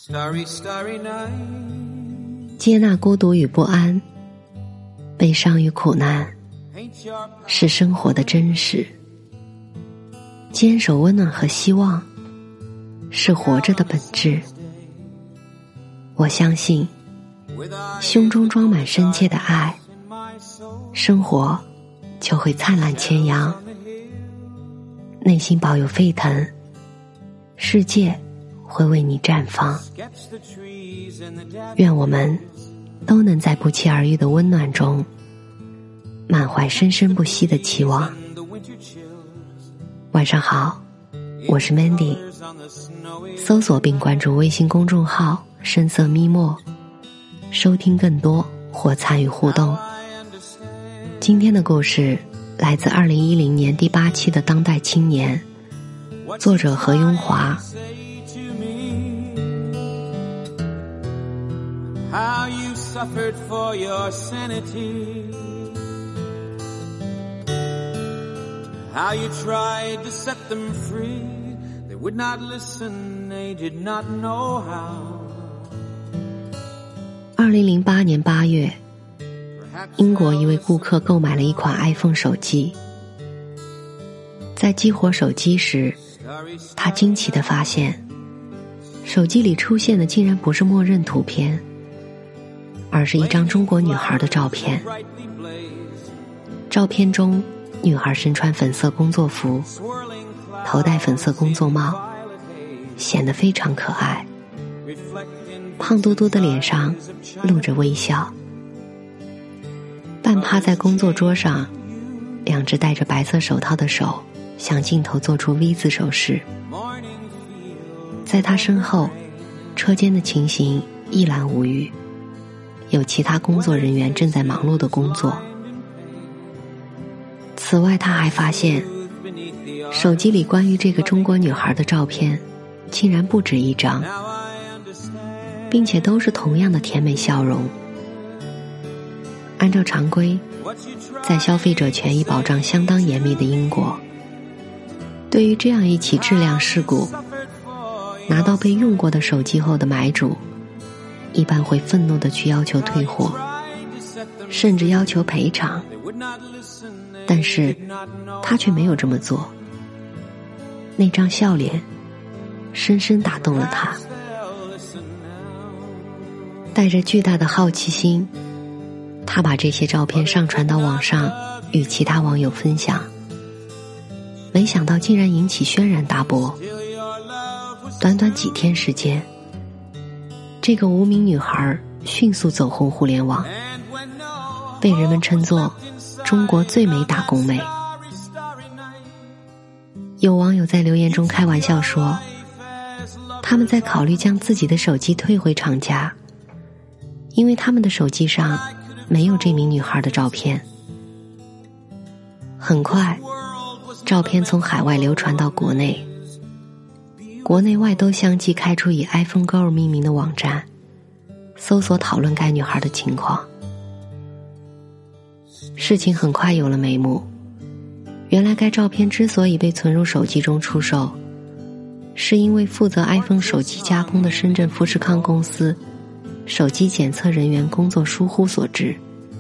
接纳孤独与不安，悲伤与苦难，是生活的真实。坚守温暖和希望，是活着的本质。我相信，胸中装满深切的爱，生活就会灿烂千阳；内心保有沸腾，世界会为你绽放。愿我们都能在不期而遇的温暖中，满怀生生不息的期望。晚上好，我是 Mandy， 搜索并关注微信公众号深色咪墨，收听更多或参与互动。今天的故事来自2010年第8期的当代青年，作者何雍华。 How you suffered for your sanity, how you tried to set them free, they would not listen, they did not know how. 2008年8月，英国一位顾客购买了一款 iPhone 手机，在激活手机时，他惊奇地发现，手机里出现的竟然不是默认图片，而是一张中国女孩的照片。照片中，女孩身穿粉色工作服，头戴粉色工作帽，显得非常可爱。胖嘟嘟的脸上露着微笑，半趴在工作桌上，两只戴着白色手套的手向镜头做出 V 字手势。在她身后，车间的情形一览无余，有其他工作人员正在忙碌的工作。此外，他还发现手机里关于这个中国女孩的照片竟然不止一张，并且都是同样的甜美笑容。按照常规，在消费者权益保障相当严密的英国，对于这样一起质量事故，拿到被用过的手机后的买主一般会愤怒地去要求退货，甚至要求赔偿，但是他却没有这么做。那张笑脸深深打动了他，带着巨大的好奇心，他把这些照片上传到网上与其他网友分享，没想到竟然引起轩然大波。短短几天时间，这个无名女孩迅速走红互联网，被人们称作中国最美打工妹。有网友在留言中开玩笑说，他们在考虑将自己的手机退回厂家，因为他们的手机上没有这名女孩的照片。很快，照片从海外流传到国内，国内外都相继开出以 iPhone Girl 命名的网站，搜索讨论该女孩的情况。事情很快有了眉目，原来该照片之所以被存入手机中出售，是因为负责 iPhone 手机加工的深圳富士康公司手机检测人员工作疏忽所致。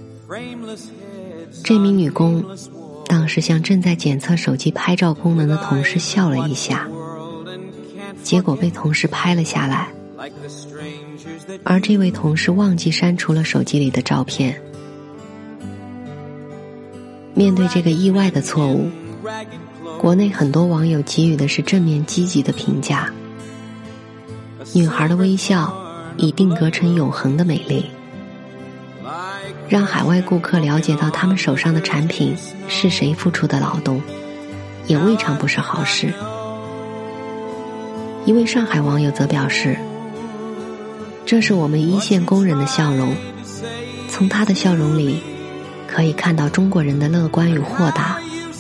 这名女工当时向正在检测手机拍照功能的同事笑了一下，结果被同事拍了下来，而这位同事忘记删除了手机里的照片。面对这个意外的错误，国内很多网友给予的是正面积极的评价。女孩的微笑已定格成永恒的美丽，让海外顾客了解到他们手上的产品是谁付出的劳动，也未尝不是好事。一位上海网友则表示，这是我们一线工人的笑容，从他的笑容里可以看到中国人的乐观与豁达。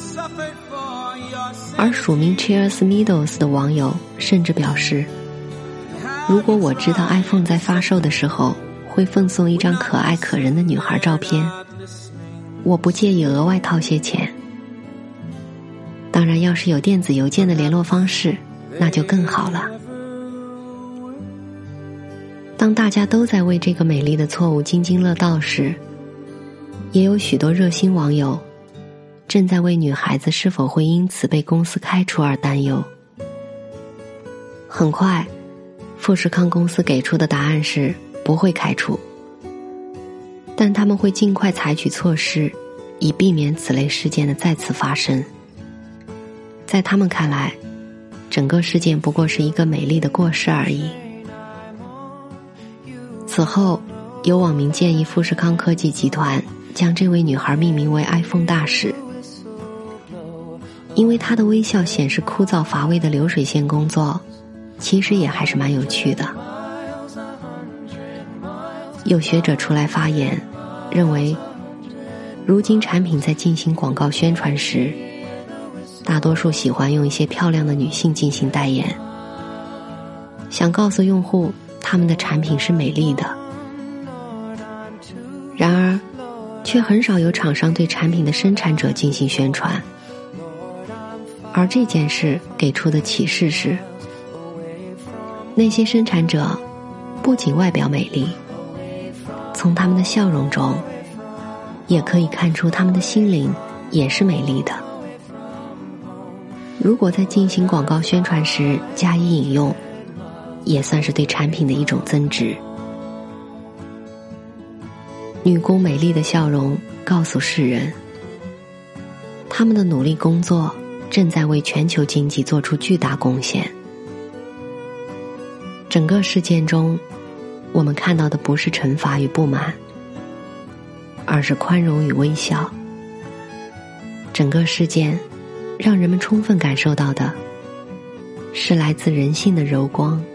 而署名 Cheers Meadows 的网友甚至表示，如果我知道 iPhone 在发售的时候会奉送一张可爱可人的女孩照片，我不介意额外掏些钱。当然要是有电子邮件的联络方式，那就更好了。 当大家都在为这个美丽的错误津津乐道时，也有许多热心网友正在为女孩子是否会因此被公司开除而担忧。很快，富士康公司给出的答案是不会开除，但他们会尽快采取措施，以避免此类事件的再次发生。在他们看来，整个事件不过是一个美丽的过失而已。此后，有网民建议富士康科技集团将这位女孩命名为 iPhone 大使，因为她的微笑显示枯燥乏味的流水线工作其实也还是蛮有趣的。有学者出来发言，认为如今产品在进行广告宣传时，大多数喜欢用一些漂亮的女性进行代言，想告诉用户他们的产品是美丽的。然而却很少有厂商对产品的生产者进行宣传。而这件事给出的启示是，那些生产者不仅外表美丽，从他们的笑容中也可以看出他们的心灵也是美丽的。如果在进行广告宣传时加以引用，也算是对产品的一种增值。女工美丽的笑容告诉世人，他们的努力工作正在为全球经济做出巨大贡献。整个事件中，我们看到的不是惩罚与不满，而是宽容与微笑。整个事件让人们充分感受到的是来自人性的柔光